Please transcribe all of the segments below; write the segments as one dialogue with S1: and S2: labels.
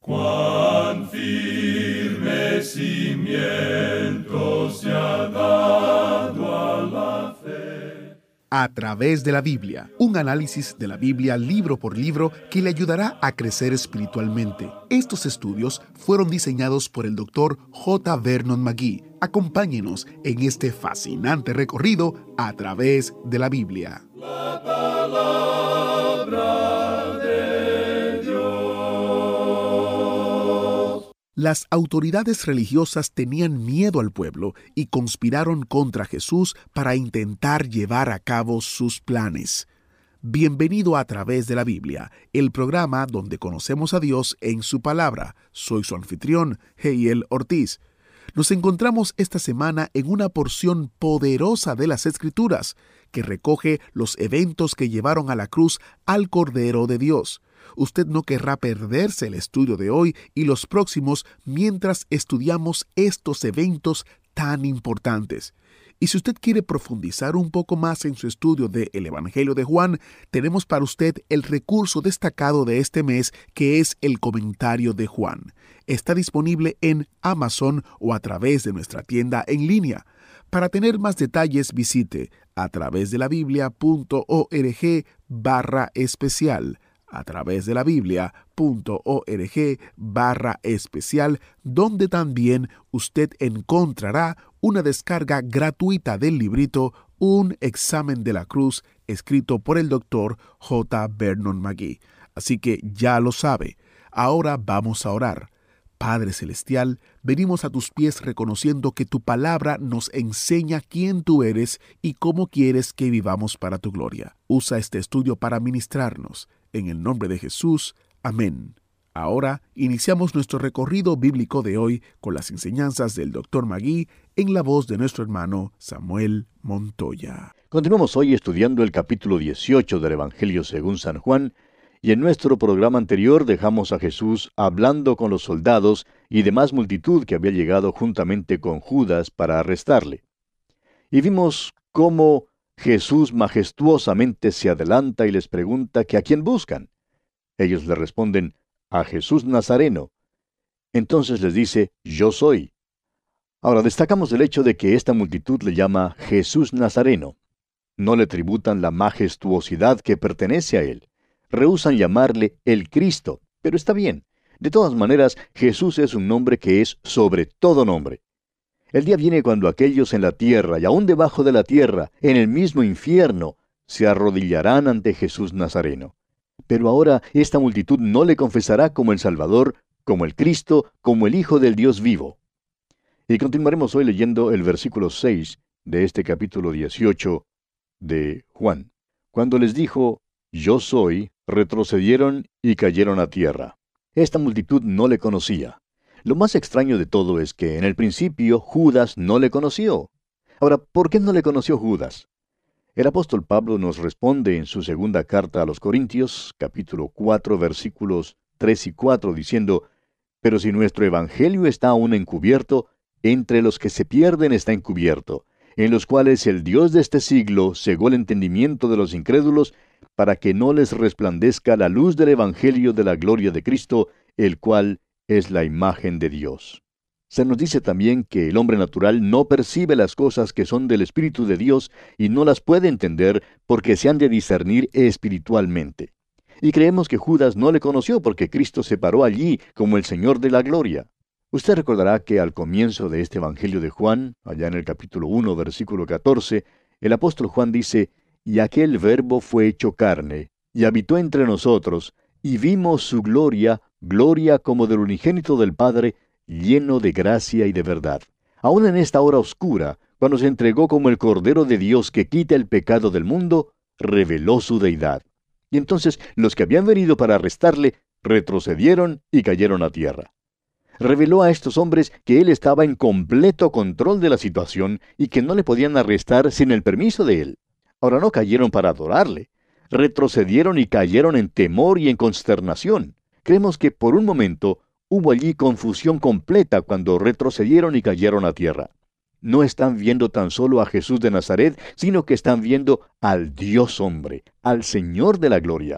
S1: Cuán firme cimiento se ha dado a la fe.
S2: A través de la Biblia, un análisis de la Biblia libro por libro que le ayudará a crecer espiritualmente. Estos estudios fueron diseñados por el Dr. J. Vernon McGee. Acompáñenos en este fascinante recorrido a través de la Biblia.
S1: La palabra de Dios.
S2: Las autoridades religiosas tenían miedo al pueblo y conspiraron contra Jesús para intentar llevar a cabo sus planes. Bienvenido a través de la Biblia, el programa donde conocemos a Dios en su palabra. Soy su anfitrión, Heiel Ortiz. Nos encontramos esta semana en una porción poderosa de las Escrituras que recoge los eventos que llevaron a la cruz al Cordero de Dios. Usted no querrá perderse el estudio de hoy y los próximos mientras estudiamos estos eventos tan importantes. Y si usted quiere profundizar un poco más en su estudio del Evangelio de Juan, tenemos para usted el recurso destacado de este mes, que es el comentario de Juan. Está disponible en Amazon o a través de nuestra tienda en línea. Para tener más detalles, visite a través de la Biblia.org/especial. A través de la Biblia.org/especial, donde también usted encontrará una descarga gratuita del librito Un examen de la cruz, escrito por el Dr. J. Vernon McGee. Así que ya lo sabe. Ahora vamos a orar. Padre Celestial, venimos a tus pies reconociendo que tu palabra nos enseña quién tú eres y cómo quieres que vivamos para tu gloria. Usa este estudio para ministrarnos. En el nombre de Jesús. Amén. Ahora iniciamos nuestro recorrido bíblico de hoy con las enseñanzas del Dr. McGee en la voz de nuestro hermano Samuel Montoya.
S3: Continuamos hoy estudiando el capítulo 18 del Evangelio según San Juan, y en nuestro programa anterior dejamos a Jesús hablando con los soldados y demás multitud que había llegado juntamente con Judas para arrestarle. Y vimos cómo Jesús majestuosamente se adelanta y les pregunta que a quién buscan. Ellos le responden, a Jesús Nazareno. Entonces les dice, yo soy. Ahora destacamos el hecho de que esta multitud le llama Jesús Nazareno. No le tributan la majestuosidad que pertenece a él. Rehúsan llamarle el Cristo, pero está bien. De todas maneras, Jesús es un nombre que es sobre todo nombre. El día viene cuando aquellos en la tierra y aún debajo de la tierra, en el mismo infierno, se arrodillarán ante Jesús Nazareno. Pero ahora esta multitud no le confesará como el Salvador, como el Cristo, como el Hijo del Dios vivo. Y continuaremos hoy leyendo el versículo 6 de este capítulo 18 de Juan. Cuando les dijo, yo soy, retrocedieron y cayeron a tierra. Esta multitud no le conocía. Lo más extraño de todo es que en el principio Judas no le conoció. Ahora, ¿por qué no le conoció Judas? El apóstol Pablo nos responde en su segunda carta a los Corintios, capítulo 4, versículos 3 y 4, diciendo, pero si nuestro evangelio está aún encubierto, entre los que se pierden está encubierto, en los cuales el Dios de este siglo cegó el entendimiento de los incrédulos, para que no les resplandezca la luz del evangelio de la gloria de Cristo, el cual es la imagen de Dios. Se nos dice también que el hombre natural no percibe las cosas que son del Espíritu de Dios y no las puede entender porque se han de discernir espiritualmente. Y creemos que Judas no le conoció porque Cristo se paró allí como el Señor de la gloria. Usted recordará que al comienzo de este Evangelio de Juan, allá en el capítulo 1, versículo 14, el apóstol Juan dice, y aquel Verbo fue hecho carne, y habitó entre nosotros, y vimos su gloria, gloria como del unigénito del Padre, lleno de gracia y de verdad. Aún en esta hora oscura, cuando se entregó como el Cordero de Dios que quita el pecado del mundo, reveló su deidad. Y entonces los que habían venido para arrestarle, retrocedieron y cayeron a tierra. Reveló a estos hombres que él estaba en completo control de la situación y que no le podían arrestar sin el permiso de él. Ahora no cayeron para adorarle. Retrocedieron y cayeron en temor y en consternación. Creemos que por un momento hubo allí confusión completa cuando retrocedieron y cayeron a tierra. No están viendo tan solo a Jesús de Nazaret, sino que están viendo al Dios hombre, al Señor de la gloria.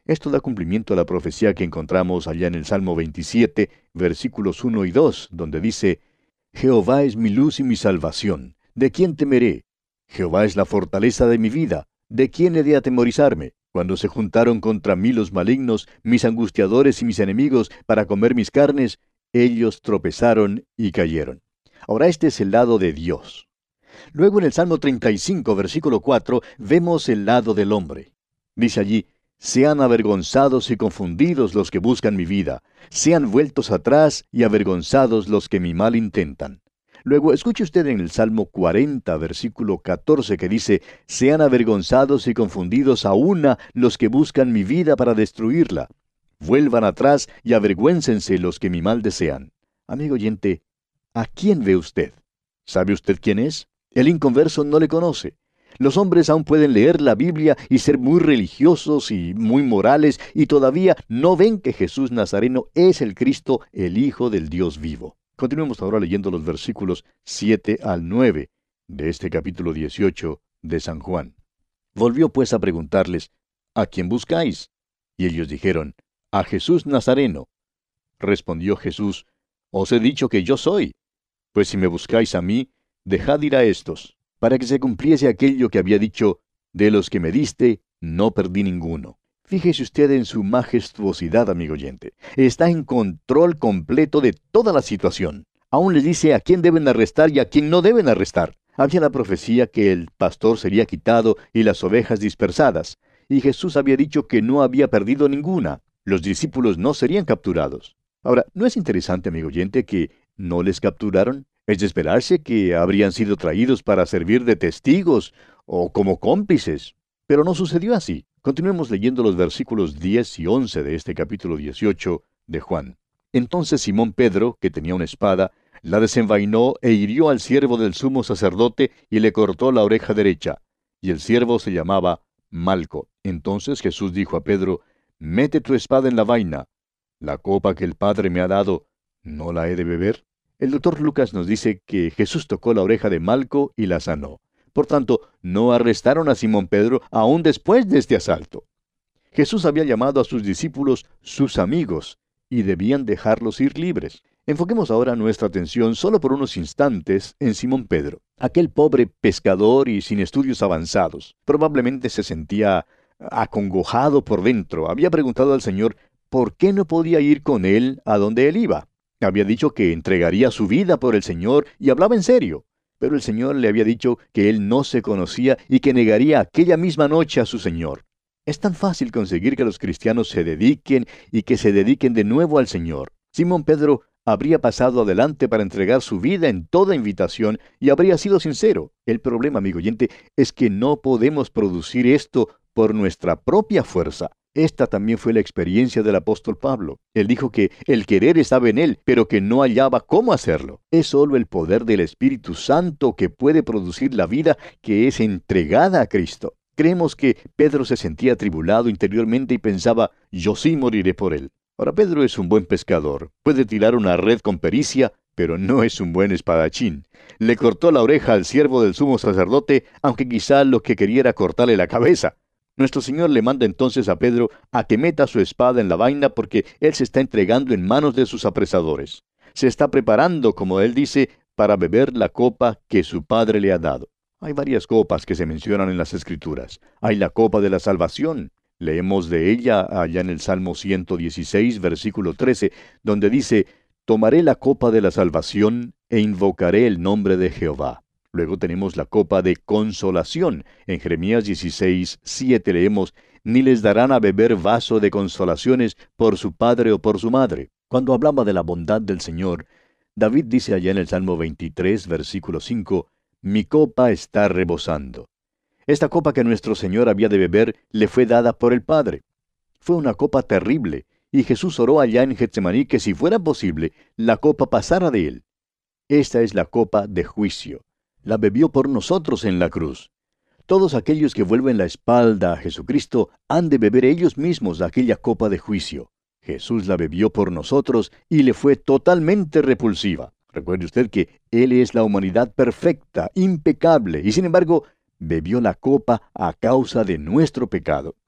S3: Esto da cumplimiento a la profecía que encontramos allá en el Salmo 27, versículos 1 y 2, donde dice: Jehová es mi luz y mi salvación. ¿De quién temeré? Jehová es la fortaleza de mi vida. ¿De quién he de atemorizarme? Cuando se juntaron contra mí los malignos, mis angustiadores y mis enemigos, para comer mis carnes, ellos tropezaron y cayeron. Ahora este es el lado de Dios. Luego en el Salmo 35, versículo 4, vemos el lado del hombre. Dice allí: sean avergonzados y confundidos los que buscan mi vida, sean vueltos atrás y avergonzados los que mi mal intentan. Luego, escuche usted en el Salmo 40, versículo 14, que dice: sean avergonzados y confundidos a una los que buscan mi vida para destruirla. Vuelvan atrás y avergüéncense los que mi mal desean. Amigo oyente, ¿a quién ve usted? ¿Sabe usted quién es? El inconverso no le conoce. Los hombres aún pueden leer la Biblia y ser muy religiosos y muy morales, y todavía no ven que Jesús Nazareno es el Cristo, el Hijo del Dios vivo. Continuemos ahora leyendo los versículos 7 al 9 de este capítulo 18 de San Juan. Volvió pues a preguntarles: ¿a quién buscáis? Y ellos dijeron: a Jesús Nazareno. Respondió Jesús: os he dicho que yo soy. Pues si me buscáis a mí, dejad ir a estos, para que se cumpliese aquello que había dicho: de los que me diste, no perdí ninguno. Fíjese usted en su majestuosidad, amigo oyente. Está en control completo de toda la situación. Aún les dice a quién deben arrestar y a quién no deben arrestar. Había la profecía que el pastor sería quitado y las ovejas dispersadas, y Jesús había dicho que no había perdido ninguna. Los discípulos no serían capturados. Ahora, ¿no es interesante, amigo oyente, que no les capturaron? Es de esperarse que habrían sido traídos para servir de testigos o como cómplices. Pero no sucedió así. Continuemos leyendo los versículos 10 y 11 de este capítulo 18 de Juan. Entonces Simón Pedro, que tenía una espada, la desenvainó e hirió al siervo del sumo sacerdote y le cortó la oreja derecha. Y el siervo se llamaba Malco. Entonces Jesús dijo a Pedro: mete tu espada en la vaina. La copa que el Padre me ha dado, ¿no la he de beber? El doctor Lucas nos dice que Jesús tocó la oreja de Malco y la sanó. Por tanto, no arrestaron a Simón Pedro aún después de este asalto. Jesús había llamado a sus discípulos sus amigos, y debían dejarlos ir libres. Enfoquemos ahora nuestra atención solo por unos instantes en Simón Pedro, aquel pobre pescador y sin estudios avanzados. Probablemente se sentía acongojado por dentro. Había preguntado al Señor por qué no podía ir con él a donde él iba. Había dicho que entregaría su vida por el Señor y hablaba en serio. Pero el Señor le había dicho que él no se conocía y que negaría aquella misma noche a su Señor. Es tan fácil conseguir que los cristianos se dediquen y que se dediquen de nuevo al Señor. Simón Pedro habría pasado adelante para entregar su vida en toda invitación y habría sido sincero. El problema, amigo oyente, es que no podemos producir esto por nuestra propia fuerza. Esta también fue la experiencia del apóstol Pablo. Él dijo que el querer estaba en él, pero que no hallaba cómo hacerlo. Es solo el poder del Espíritu Santo que puede producir la vida que es entregada a Cristo. Creemos que Pedro se sentía atribulado interiormente y pensaba: yo sí moriré por él. Ahora, Pedro es un buen pescador. Puede tirar una red con pericia, pero no es un buen espadachín. Le cortó la oreja al siervo del sumo sacerdote, aunque quizá lo que quería era cortarle la cabeza. Nuestro Señor le manda entonces a Pedro a que meta su espada en la vaina porque él se está entregando en manos de sus apresadores. Se está preparando, como él dice, para beber la copa que su Padre le ha dado. Hay varias copas que se mencionan en las Escrituras. Hay la copa de la salvación. Leemos de ella allá en el Salmo 116, versículo 13, donde dice: tomaré la copa de la salvación e invocaré el nombre de Jehová. Luego tenemos la copa de consolación. En Jeremías 16, 7 leemos: ni les darán a beber vaso de consolaciones por su padre o por su madre. Cuando hablaba de la bondad del Señor, David dice allá en el Salmo 23, versículo 5, mi copa está rebosando. Esta copa que nuestro Señor había de beber le fue dada por el Padre. Fue una copa terrible, y Jesús oró allá en Getsemaní que si fuera posible, la copa pasara de él. Esta es la copa de juicio. La bebió por nosotros en la cruz. Todos aquellos que vuelven la espalda a Jesucristo han de beber ellos mismos aquella copa de juicio. Jesús la bebió por nosotros y le fue totalmente repulsiva. Recuerde usted que Él es la humanidad perfecta, impecable, y sin embargo, bebió la copa a causa de nuestro pecado.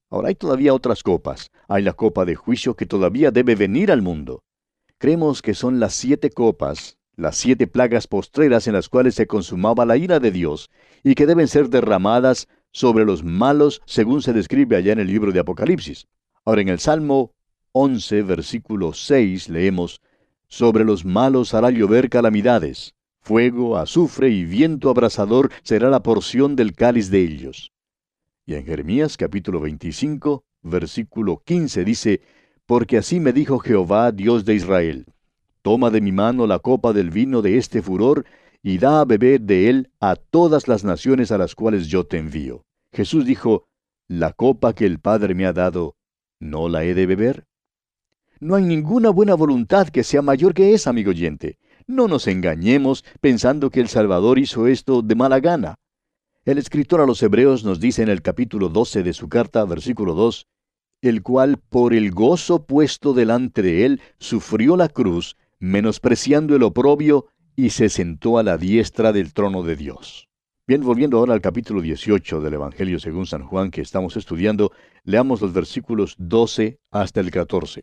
S3: Ahora hay todavía otras copas. Hay la copa de juicio que todavía debe venir al mundo. Creemos que son las 7 copas, las 7 plagas postreras en las cuales se consumaba la ira de Dios, y que deben ser derramadas sobre los malos, según se describe allá en el libro de Apocalipsis. Ahora en el Salmo 11, versículo 6, leemos, «Sobre los malos hará llover calamidades, fuego, azufre y viento abrasador será la porción del cáliz de ellos». Y en Jeremías capítulo 25, versículo 15 dice, «Porque así me dijo Jehová, Dios de Israel, toma de mi mano la copa del vino de este furor, y da a beber de él a todas las naciones a las cuales yo te envío». Jesús dijo, «La copa que el Padre me ha dado, ¿no la he de beber?». No hay ninguna buena voluntad que sea mayor que esa, amigo oyente. No nos engañemos pensando que el Salvador hizo esto de mala gana. El escritor a los Hebreos nos dice en el capítulo 12 de su carta, versículo 2, «El cual por el gozo puesto delante de él sufrió la cruz, menospreciando el oprobio, y se sentó a la diestra del trono de Dios». Bien, volviendo ahora al capítulo 18 del Evangelio según San Juan que estamos estudiando, leamos los versículos 12 hasta el 14.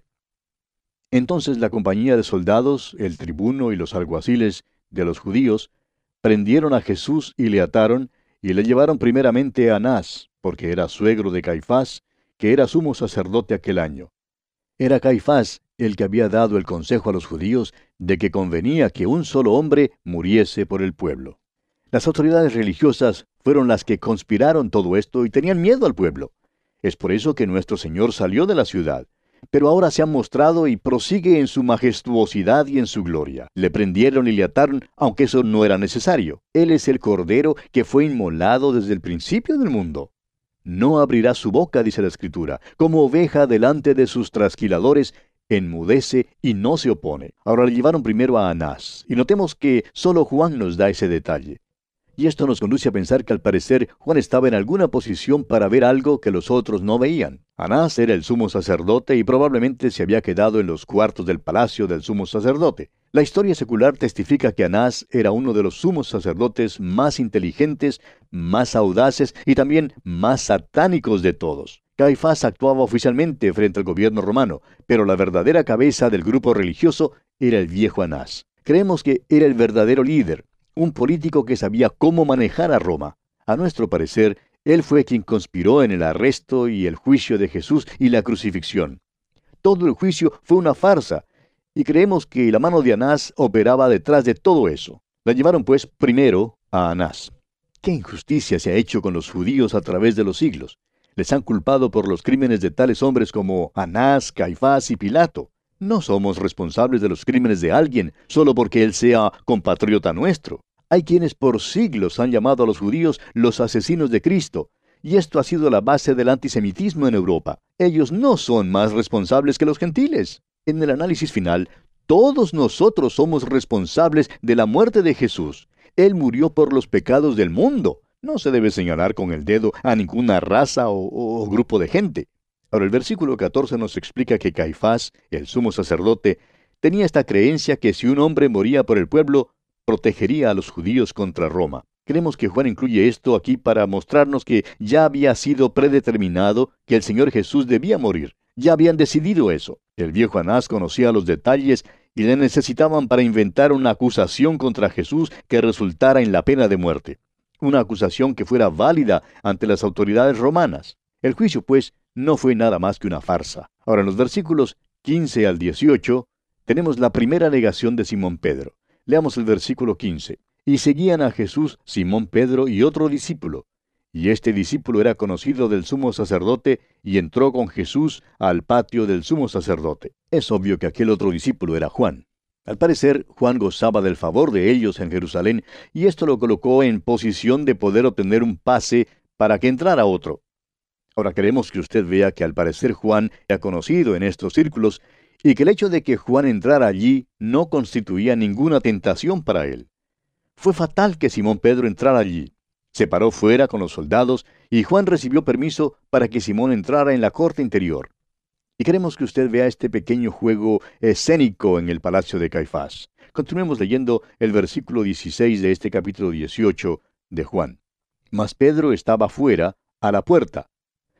S3: Entonces la compañía de soldados, el tribuno y los alguaciles de los judíos, prendieron a Jesús y le ataron, y le llevaron primeramente a Anás, porque era suegro de Caifás, que era sumo sacerdote aquel año. Era Caifás el que había dado el consejo a los judíos de que convenía que un solo hombre muriese por el pueblo. Las autoridades religiosas fueron las que conspiraron todo esto y tenían miedo al pueblo. Es por eso que nuestro Señor salió de la ciudad. Pero ahora se ha mostrado y prosigue en su majestuosidad y en su gloria. Le prendieron y le ataron, aunque eso no era necesario. Él es el Cordero que fue inmolado desde el principio del mundo. No abrirá su boca, dice la Escritura, como oveja delante de sus trasquiladores, enmudece y no se opone. Ahora le llevaron primero a Anás, y notemos que solo Juan nos da ese detalle. Y esto nos conduce a pensar que al parecer Juan estaba en alguna posición para ver algo que los otros no veían. Anás era el sumo sacerdote y probablemente se había quedado en los cuartos del palacio del sumo sacerdote. La historia secular testifica que Anás era uno de los sumos sacerdotes más inteligentes, más audaces y también más satánicos de todos. Caifás actuaba oficialmente frente al gobierno romano, pero la verdadera cabeza del grupo religioso era el viejo Anás. Creemos que era el verdadero líder, un político que sabía cómo manejar a Roma. A nuestro parecer, él fue quien conspiró en el arresto y el juicio de Jesús y la crucifixión. Todo el juicio fue una farsa, y creemos que la mano de Anás operaba detrás de todo eso. La llevaron pues primero a Anás. ¿Qué injusticia se ha hecho con los judíos a través de los siglos? Les han culpado por los crímenes de tales hombres como Anás, Caifás y Pilato. No somos responsables de los crímenes de alguien solo porque él sea compatriota nuestro. Hay quienes por siglos han llamado a los judíos los asesinos de Cristo, y esto ha sido la base del antisemitismo en Europa. Ellos no son más responsables que los gentiles. En el análisis final, todos nosotros somos responsables de la muerte de Jesús. Él murió por los pecados del mundo. No se debe señalar con el dedo a ninguna raza o grupo de gente. Ahora, el versículo 14 nos explica que Caifás, el sumo sacerdote, tenía esta creencia que si un hombre moría por el pueblo, protegería a los judíos contra Roma. Creemos que Juan incluye esto aquí para mostrarnos que ya había sido predeterminado que el Señor Jesús debía morir. Ya habían decidido eso. El viejo Anás conocía los detalles y le necesitaban para inventar una acusación contra Jesús que resultara en la pena de muerte. Una acusación que fuera válida ante las autoridades romanas. El juicio, pues, no fue nada más que una farsa. Ahora, en los versículos 15 al 18, tenemos la primera negación de Simón Pedro. Leamos el versículo 15. Y seguían a Jesús Simón Pedro y otro discípulo. Y este discípulo era conocido del sumo sacerdote y entró con Jesús al patio del sumo sacerdote. Es obvio que aquel otro discípulo era Juan. Al parecer, Juan gozaba del favor de ellos en Jerusalén y esto lo colocó en posición de poder obtener un pase para que entrara otro. Ahora queremos que usted vea que al parecer Juan era conocido en estos círculos y que el hecho de que Juan entrara allí no constituía ninguna tentación para él. Fue fatal que Simón Pedro entrara allí. Se paró fuera con los soldados y Juan recibió permiso para que Simón entrara en la corte interior. Y queremos que usted vea este pequeño juego escénico en el palacio de Caifás. Continuemos leyendo el versículo 16 de este capítulo 18 de Juan. Mas Pedro estaba fuera, a la puerta.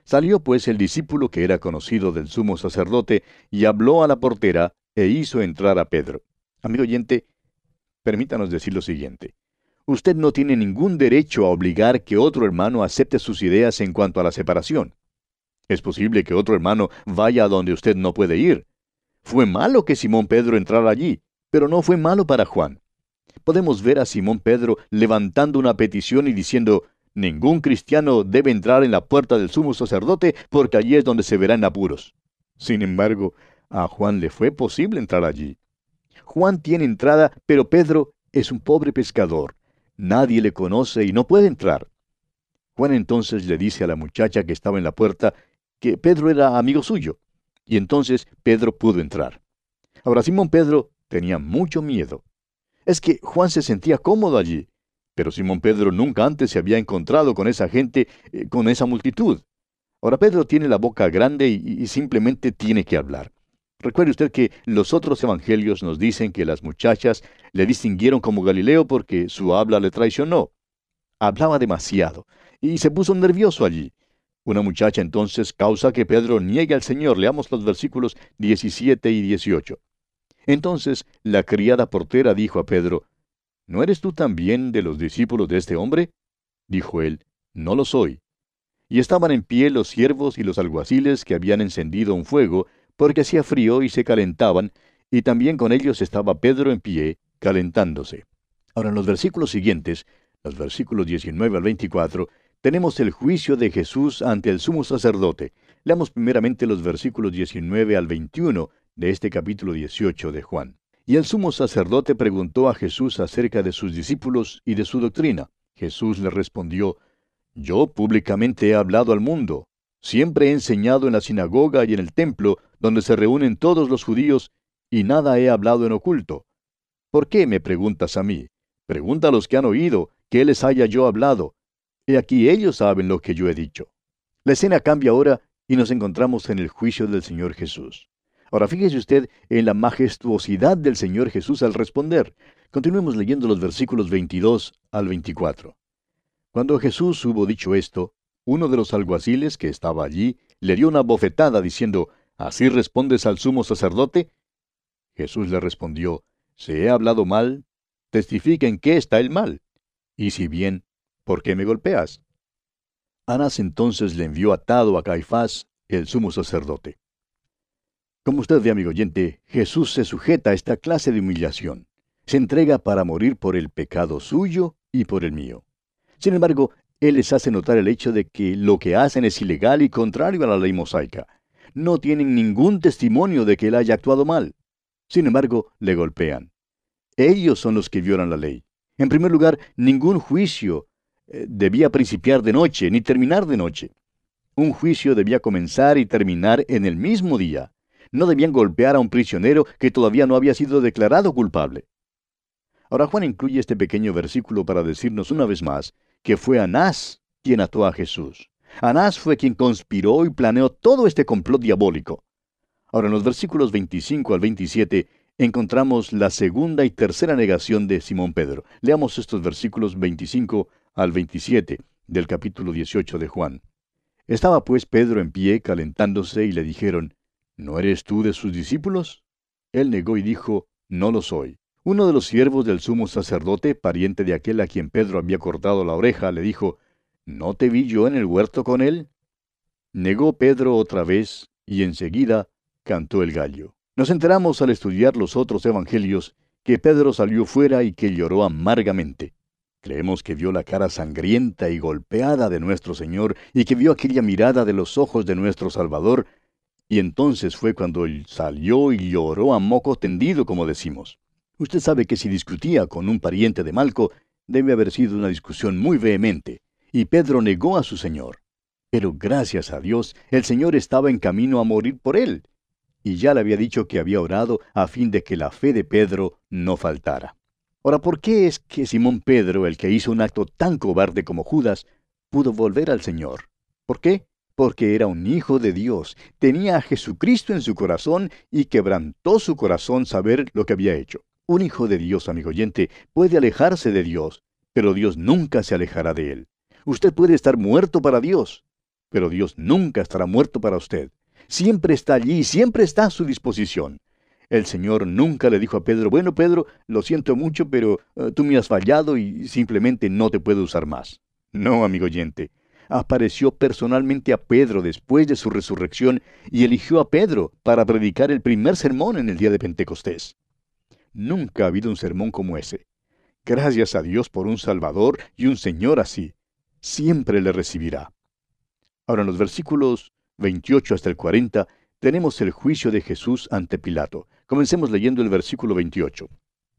S3: Salió pues el discípulo que era conocido del sumo sacerdote y habló a la portera e hizo entrar a Pedro. Amigo oyente, permítanos decir lo siguiente. Usted no tiene ningún derecho a obligar que otro hermano acepte sus ideas en cuanto a la separación. Es posible que otro hermano vaya a donde usted no puede ir. Fue malo que Simón Pedro entrara allí, pero no fue malo para Juan. Podemos ver a Simón Pedro levantando una petición y diciendo, ningún cristiano debe entrar en la puerta del sumo sacerdote porque allí es donde se verá en apuros. Sin embargo, a Juan le fue posible entrar allí. Juan tiene entrada, pero Pedro es un pobre pescador. Nadie le conoce y no puede entrar. Juan entonces le dice a la muchacha que estaba en la puerta que Pedro era amigo suyo, y entonces Pedro pudo entrar. Ahora Simón Pedro tenía mucho miedo. Es que Juan se sentía cómodo allí, pero Simón Pedro nunca antes se había encontrado con esa gente, con esa multitud. Ahora Pedro tiene la boca grande y simplemente tiene que hablar. Recuerde usted que los otros evangelios nos dicen que las muchachas le distinguieron como Galileo porque su habla le traicionó. Hablaba demasiado y se puso nervioso allí. Una muchacha entonces causa que Pedro niegue al Señor. Leamos los versículos 17 y 18. Entonces la criada portera dijo a Pedro, ¿no eres tú también de los discípulos de este hombre? Dijo él, no lo soy. Y estaban en pie los siervos y los alguaciles que habían encendido un fuego, porque hacía frío y se calentaban, y también con ellos estaba Pedro en pie, calentándose. Ahora en los versículos siguientes, los versículos 19 al 24, tenemos el juicio de Jesús ante el sumo sacerdote. Leamos primeramente los versículos 19 al 21 de este capítulo 18 de Juan. Y el sumo sacerdote preguntó a Jesús acerca de sus discípulos y de su doctrina. Jesús le respondió, yo públicamente he hablado al mundo. Siempre he enseñado en la sinagoga y en el templo, donde se reúnen todos los judíos, y nada he hablado en oculto. ¿Por qué me preguntas a mí? Pregunta a los que han oído, que les haya yo hablado. He aquí ellos saben lo que yo he dicho. La escena cambia ahora y nos encontramos en el juicio del Señor Jesús. Ahora fíjese usted en la majestuosidad del Señor Jesús al responder. Continuemos leyendo los versículos 22 al 24. Cuando Jesús hubo dicho esto, uno de los alguaciles que estaba allí le dio una bofetada diciendo, ¿así respondes al sumo sacerdote? Jesús le respondió, si he hablado mal, testifica en qué está el mal. Y si bien, ¿por qué me golpeas? Anás entonces le envió atado a Caifás, el sumo sacerdote. Como usted ve, amigo oyente, Jesús se sujeta a esta clase de humillación. Se entrega para morir por el pecado suyo y por el mío. Sin embargo, Él les hace notar el hecho de que lo que hacen es ilegal y contrario a la ley mosaica. No tienen ningún testimonio de que Él haya actuado mal. Sin embargo, le golpean. Ellos son los que violan la ley. En primer lugar, ningún juicio debía principiar de noche ni terminar de noche. Un juicio debía comenzar y terminar en el mismo día. No debían golpear a un prisionero que todavía no había sido declarado culpable. Ahora Juan incluye este pequeño versículo para decirnos una vez más que fue Anás quien ató a Jesús. Anás fue quien conspiró y planeó todo este complot diabólico. Ahora en los versículos 25 al 27 encontramos la segunda y tercera negación de Simón Pedro. Leamos estos versículos 25 al 27 del capítulo 18 de Juan. Estaba pues Pedro en pie calentándose y le dijeron, ¿no eres tú de sus discípulos? Él negó y dijo, no lo soy. Uno de los siervos del sumo sacerdote, pariente de aquel a quien Pedro había cortado la oreja, le dijo, ¿no te vi yo en el huerto con él? Negó Pedro otra vez, y enseguida cantó el gallo. Nos enteramos al estudiar los otros evangelios que Pedro salió fuera y que lloró amargamente. Creemos que vio la cara sangrienta y golpeada de nuestro Señor y que vio aquella mirada de los ojos de nuestro Salvador, y entonces fue cuando él salió y lloró a moco tendido, como decimos. Usted sabe que si discutía con un pariente de Malco, debe haber sido una discusión muy vehemente, y Pedro negó a su Señor. Pero gracias a Dios, el Señor estaba en camino a morir por él, y ya le había dicho que había orado a fin de que la fe de Pedro no faltara. Ahora, ¿por qué es que Simón Pedro, el que hizo un acto tan cobarde como Judas, pudo volver al Señor? ¿Por qué? Porque era un hijo de Dios, tenía a Jesucristo en su corazón y quebrantó su corazón saber lo que había hecho. Un hijo de Dios, amigo oyente, puede alejarse de Dios, pero Dios nunca se alejará de él. Usted puede estar muerto para Dios, Pero Dios nunca estará muerto para usted. Siempre está allí, siempre está a su disposición. El Señor nunca le dijo a Pedro, bueno, Pedro, lo siento mucho, pero tú me has fallado y simplemente no te puedo usar más. No, amigo oyente. Apareció personalmente a Pedro después de su resurrección y eligió a Pedro para predicar el primer sermón en el día de Pentecostés. Nunca ha habido un sermón como ese. Gracias a Dios por un Salvador y un Señor así. Siempre le recibirá. Ahora en los versículos 28 hasta el 40 tenemos el juicio de Jesús ante Pilato. Comencemos leyendo el versículo 28.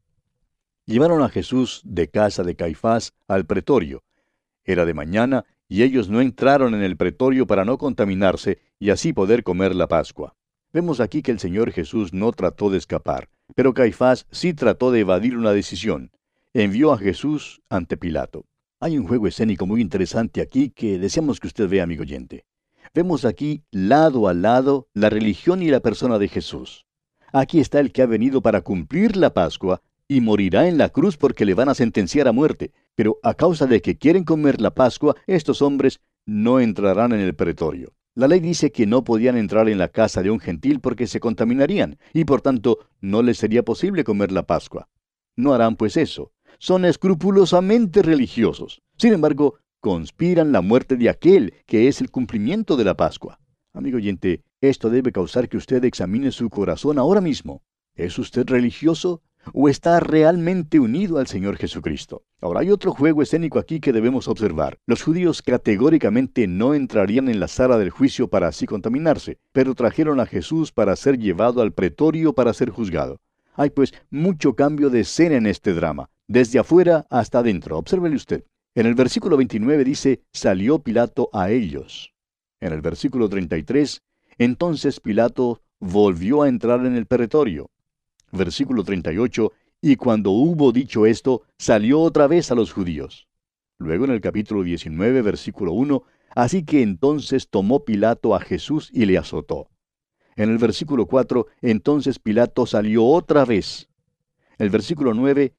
S3: Llevaron a Jesús de casa de Caifás al pretorio. Era de mañana y ellos no entraron en el pretorio para no contaminarse y así poder comer la Pascua. Vemos aquí que el Señor Jesús no trató de escapar, pero Caifás sí trató de evadir una decisión. Envió a Jesús ante Pilato. Hay un juego escénico muy interesante aquí que deseamos que usted vea, amigo oyente. Vemos aquí, lado a lado, la religión y la persona de Jesús. Aquí está el que ha venido para cumplir la Pascua y morirá en la cruz porque le van a sentenciar a muerte. Pero a causa de que quieren comer la Pascua, estos hombres no entrarán en el pretorio. La ley dice que no podían entrar en la casa de un gentil porque se contaminarían, y por tanto no les sería posible comer la Pascua. No harán pues eso. Son escrupulosamente religiosos. Sin embargo, conspiran la muerte de aquel que es el cumplimiento de la Pascua. Amigo oyente, esto debe causar que usted examine su corazón ahora mismo. ¿Es usted religioso o está realmente unido al Señor Jesucristo? Ahora hay otro juego escénico aquí que debemos observar. Los judíos categóricamente no entrarían en la sala del juicio para así contaminarse, pero trajeron a Jesús para ser llevado al pretorio para ser juzgado. Hay pues mucho cambio de escena en este drama, desde afuera hasta adentro. Obsérvele usted. En el versículo 29 dice, salió Pilato a ellos. En el versículo 33, entonces Pilato volvió a entrar en el pretorio. Versículo 38, y cuando hubo dicho esto, salió otra vez a los judíos. Luego en el capítulo 19, versículo 1, así que entonces tomó Pilato a Jesús y le azotó. En el versículo 4, entonces Pilato salió otra vez. El versículo 9,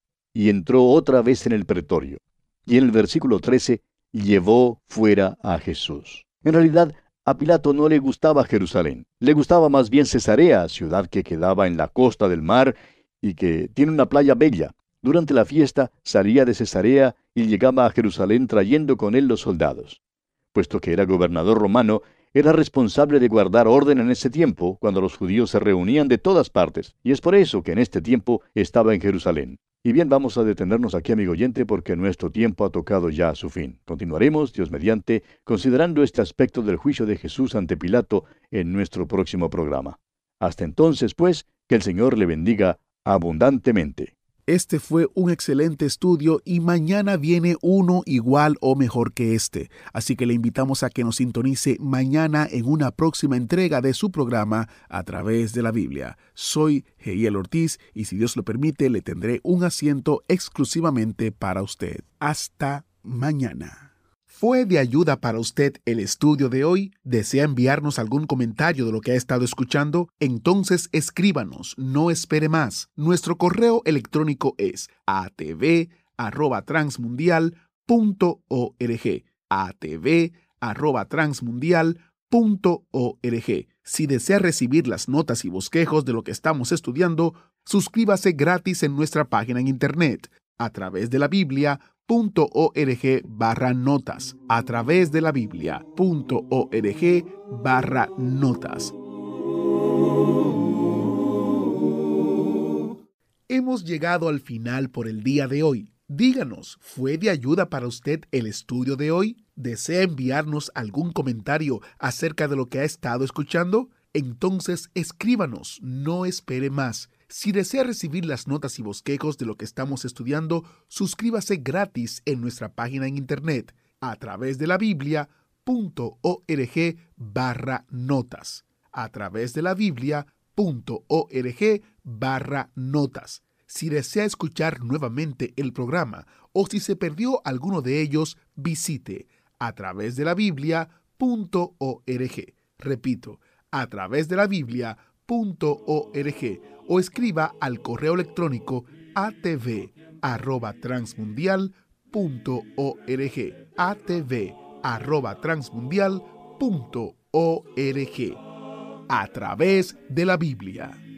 S3: y entró otra vez en el pretorio. Y en el versículo 13, llevó fuera a Jesús. En realidad, a Pilato no le gustaba Jerusalén. Le gustaba más bien Cesarea, ciudad que quedaba en la costa del mar y que tiene una playa bella. Durante la fiesta salía de Cesarea y llegaba a Jerusalén trayendo con él los soldados. Puesto que era gobernador romano, era responsable de guardar orden en ese tiempo, cuando los judíos se reunían de todas partes, y es por eso que en este tiempo estaba en Jerusalén. Y bien, vamos a detenernos aquí, amigo oyente, porque nuestro tiempo ha tocado ya a su fin. Continuaremos, Dios mediante, considerando este aspecto del juicio de Jesús ante Pilato en nuestro próximo programa. Hasta entonces, pues, que el Señor le bendiga abundantemente.
S2: Este fue un excelente estudio y mañana viene uno igual o mejor que este. Así que le invitamos a que nos sintonice mañana en una próxima entrega de su programa A Través de la Biblia. Soy Heiel Ortiz y si Dios lo permite le tendré un asiento exclusivamente para usted. Hasta mañana. ¿Fue de ayuda para usted el estudio de hoy? ¿Desea enviarnos algún comentario de lo que ha estado escuchando? Entonces escríbanos, no espere más. Nuestro correo electrónico es atv@transmundial.org. atv@transmundial.org. Si desea recibir las notas y bosquejos de lo que estamos estudiando, suscríbase gratis en nuestra página en internet a través de la Biblia.org/notas, a través de la Biblia.org/notas. Hemos llegado al final por el día de hoy. Díganos, ¿fue de ayuda para usted el estudio de hoy? ¿Desea enviarnos algún comentario acerca de lo que ha estado escuchando? Entonces escríbanos, no espere más. Si desea recibir las notas y bosquejos de lo que estamos estudiando, suscríbase gratis en nuestra página en internet a través de la Biblia.org/notas. A través de la Biblia.org/notas. Si desea escuchar nuevamente el programa o si se perdió alguno de ellos, visite a través de la Biblia.org. Repito, a través de la Biblia.org o escriba al correo electrónico atv@transmundial.org. transmundial.org. A través de la Biblia.